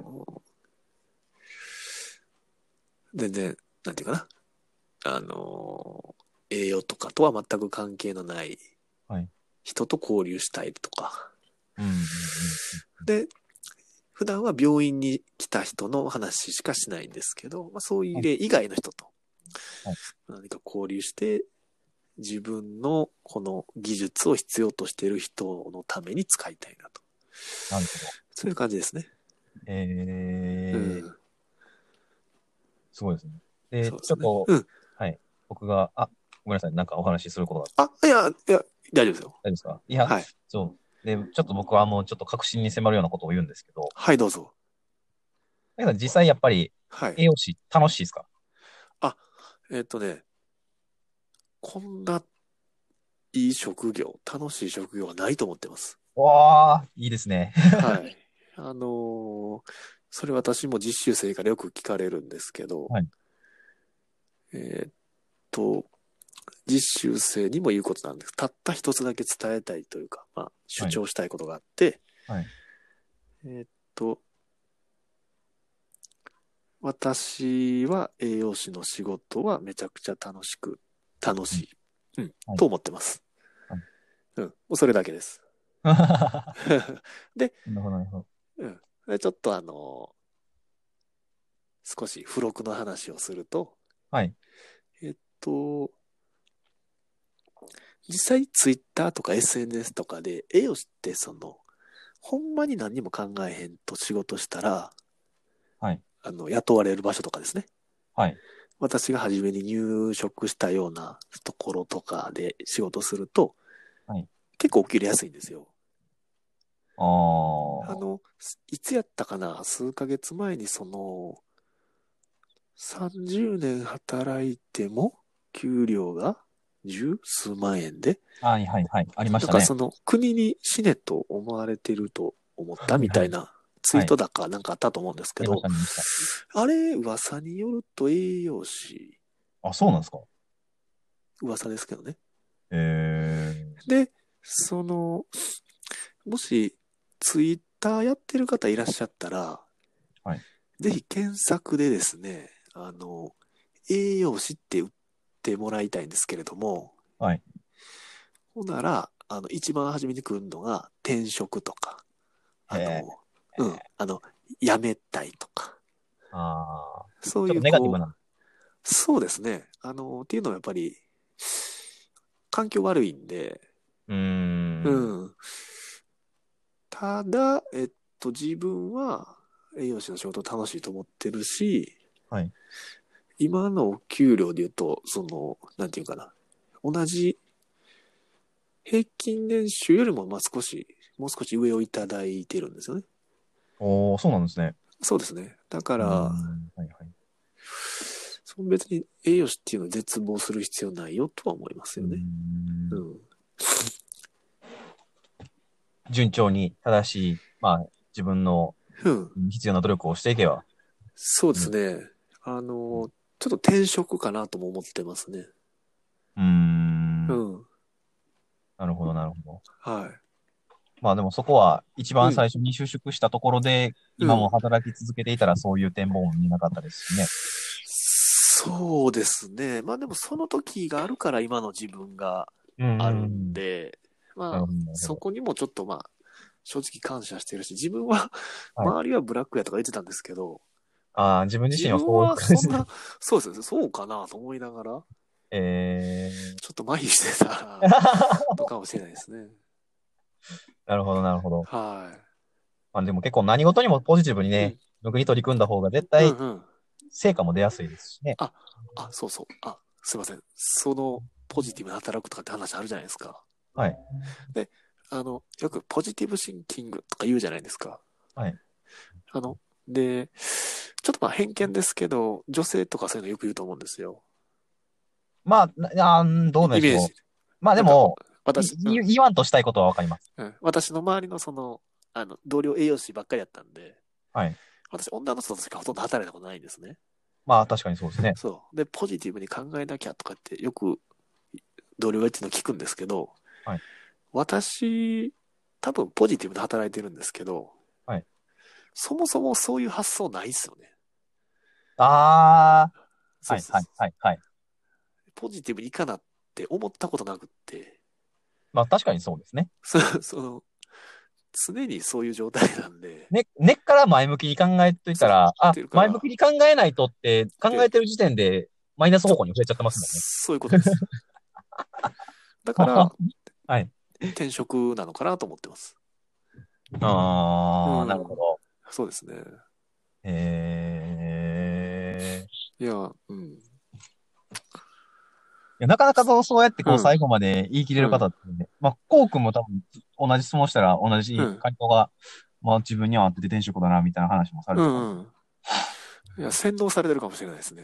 全然、なんていうかな、あの、栄養とかとは全く関係のないはい。 人と交流したいとか、 うん、うん、うん。 で、普段は病院に来た人の話しかしないんですけど、まあ、そういう例以外の人とはい何か交流して、自分のこの技術を必要としている人のために使いたいなと。 なるほど。 そういう感じですね。 えー、 うん。 すごいですね。で、 そうですね。 ちょっと、 うん。 はい。僕が、あ、ごめんなさい。なんかお話しすることがあ、いや、いや、大丈夫ですよ。 大丈夫ですか？いや、 はい。 そう。で、ちょっと僕はもうちょっと確信に迫るようなことを言うんですけど、 はい、どうぞ。 だけど実際やっぱりはい。 栄養士楽しいですか？ あ、えっとね、こんないい職業、楽しい職業はないと思ってます。 わあ、いいですね。 はい。あのーそれ私も実習生からよく聞かれるんですけど、 はい。 えーっと、実習生にも言うことなんです。たった一つだけ伝えたいというか、まあ、主張したいことがあって、 はい。 えーっと、私は栄養士の仕事はめちゃくちゃ楽しく、楽しい、うん、 はいと思ってます。 はいうん、もうそれだけです。 なで、 るほど、なるほど。 うん、でちょっとあの少し付録の話をすると、 はい。 えっと、実際ツイッターとか エスエヌエス とかで栄養士ってその、ほんまに何にも考えへんと仕事したら、 はい。 あの、雇われる場所とかですね。 はい。 私が初めに入職したようなところとかで仕事すると、 はい。 結構起きるやすいんですよ。 ああ。 あの、いつやったかな、数ヶ月前にその、さんじゅうねん働いても給料が十数万円で、 はい、はい、はい。ありましたね。 なんかその国に死ねと思われてると思ったみたいなツイートだかなんかあったと思うんですけど、 ありました、ありました。 あれ噂によると栄養士、 あ、そうなんですか？ 噂ですけどね。 えー。 で、その、もしツイッターやってる方いらっしゃったら、 はい。 ぜひ検索でですね、あの、栄養士って打ってもらいたいんですけれども、 はい。 ほんなら、あの、一番初めに来るのが転職とか、あへの、うん、あの、辞めたいとか、 ああ、 そういうちょっとネガティこう、 ブな。 そうですね。あの、っていうのはやっぱり、環境悪いんで、 うーうん。 ん。ただ、えっと、自分は栄養士の仕事楽しいと思ってるし、 はい。 今のお給料で言うと、その、なんていうかな。同じ平均年収よりも、まあ少し、もう少し上をいただいてるんですよね。 おー、そうなんですね。 そうですね。だかうーら、 ん。はいはい。 その別に栄養士っていうのを絶望する必要ないよとは思いますうーよね。うん。 ん。 順調に正しい、まあ、自分のうん。 必要な努力をしていけば。 そうでね。 すね。あの、ちょっと転職かなとも思ってますね。 うーん。 うん。 なるほど、なるほど。 はまあでもそこは一い。うん。 番最初に就職したところで、今もうん。 働き続けていたらそういう展望も見えなかったですしね。 そうですね。まあでもその時があるから今の自分がうんうんあるんうん。 で、まあなるほど、なるほど。 そこにもちょっとまあ正直感謝してるし、自分ははい。 周りはブラックやとか言ってたんですけど、 ああ、自分自自分身はそういうはそんな、 感じで。 そうですね、そうかなと思いながら、 えちょっと麻痺してたー。 のかもしれないですね。 なるほど、なるほど。 はまあでも結構何事にもポジティブにい。うね、 ん。 僕に取り組んだ方が絶うん対うん。 成果も出やすいですしね。 あ、あ、そうそう。あ、すいません。そのポジティブに働くとかって話あるじゃないですか。 はい。 で、あの、よくポジティブシンキングとか言うじゃないですか。 はい。 あの、で、ちょっとまあ偏見ですけど、女性とかそういうのよく言うと思うんですよ。 まあ、なあーどうでしょう。 イメージ。なんか、 まあでも、い私、うん、 い言わんとしたいことはわかります。 うん。私の周りのその、あの、同僚栄養士ばっかりやったんで、 はい。 私、女の人としかほとんど働いたことないんですね。 まあ確かにそうですね。 そう。で、ポジティブに考えなきゃとかってよく同僚が言ってるの聞くんですけど、 はい。 私、多分ポジティブで働いてるんですけど、 はい。 そもそもそういう発想ないっすよね。 ああ、はい、はい、 そうそうそう。 はい、はい。 ポジティブにいかなって思ったことなくって、 まあ確かにそうですね。 そその、常にそういう状態なんで、 ね、根っから前向きに考えといたそう、っら、あ、 ていうから、 前向きに考えないとって考で、 えてる時点でマイナスちょ、 方向に増えちゃってますもんね。 そういうことです。だから、 はい。 転職なのかなと思ってます。うああ、なるほん。 ど。 そうですね。 えー。 いや、うん。 いや、なかなかそう、そうやってうん。 こう最後まで言い切れる方うん。 ってね、まあ、こうくんも多分同じ質問したら同じうん。 回答が、まあ自分には合ってて転職だな、みたいな話もされたかも。 うん。うん。いや、洗脳されてるかもしれないですね。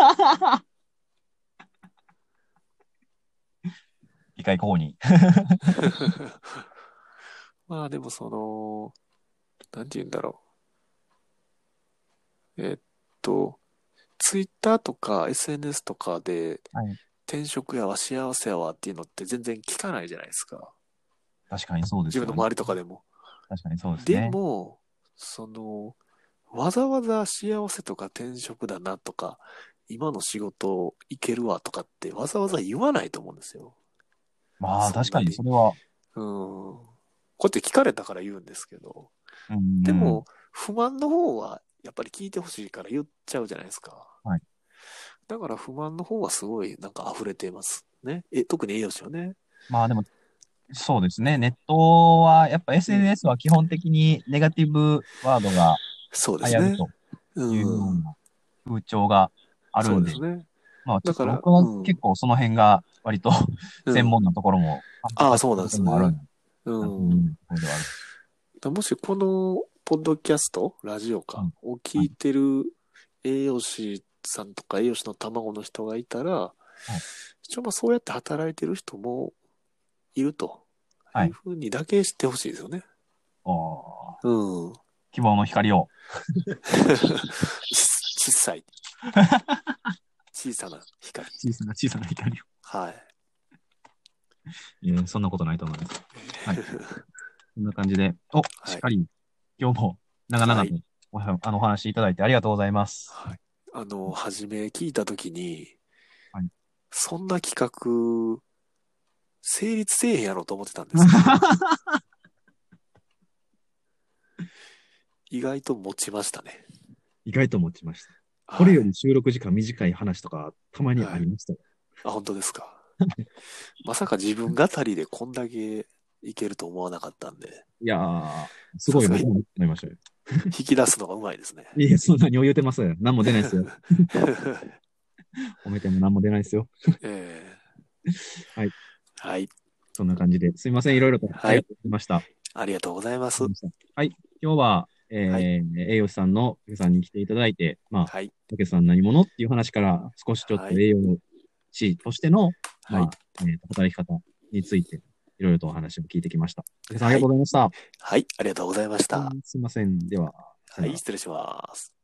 理解こうに。 まあでもその、なんて言うんだろう。えっと、ツイッターとか エスエヌエス とかではい。 転職やわ幸せやわっていうのって全然聞かないじゃないですか。 確かにそうですよね。 自分の周りとかでも。 確かにそうですでね。 も、その、わざわざ幸せとか転職だなとか、今の仕事いけるわとかってわざわざ言わないと思うんですよ。 まあ、確かそんなに。 にそれは、 うん。こうやって聞かれたから言うんですけど。 うん、うん。 でも、不満の方はやっぱり聞いてほしいから言っちゃうじゃないですか。 はい。 だから不満の方はすごいなんか溢れてますね。え、特に栄養士はね。 まあでも、そうですね。ネットは、やっぱうん。 エスエヌエス は基本的にネガティブワードがそうですね。 流行るというようん。 うな風潮があるんで、 そうですね。 まあちょっとだから、 僕はうん。 結構その辺が割とうん。 専門なところも、 ああ、 あったそうなんでところすね。 もあるんで、 うなんとも言えなん。 いところではある。 もしこのポッドキャスト、ラジオか、 うん。 を聞はい。 いてる栄養士さんとか栄養士の卵の人がいたら、 はい。 一応まあそうやって働いてる人もいるとはい。 いうふうにだけ知ってほしいですよね。 おー、 うん。 希望の光を。 ち小さい、小さな光。 小さな小さな光を。 はい。 えーそんなことないと思います。はい。こんな感じで、お、しはい。 っかり、今日も長々とはい。 おはあのお話しいただいてありがとうございます。 はい。あの、初め聞いたときに、 はい。 そんな企画、成立せえへんやろと思ってたんですけど、意外と持ちましたね。 意外と持ちました。 はいこれより収録時間短い話とか、たまにありましたよ。 あ、本当ですか。まさか自分語りでこんだけいけると思わなかったんで、 いやー、すごいさすがに僕も思いましたよ。 引き出すのがうまいですね。 いや、そんなに言うてますよ。何も出ないですよ。褒めても何も出ないですよ。 えはい。 ーはい。 そんな感じで。すいません。いろいろとはいありがとうございました。 ありがとうございます。 はい。今日は、えーはい栄養士さんの竹さんに来ていただいて、まあ、 はい。 竹さん何者っていう話から少しちょっとはい栄養士としての、まあはい。 えーと働き方について、いろいろとお話を聞いてきました。竹さん、ありがとうございました。 はい。ありがとうございました。 すいません。では、さよなはい。 ら。 失礼します。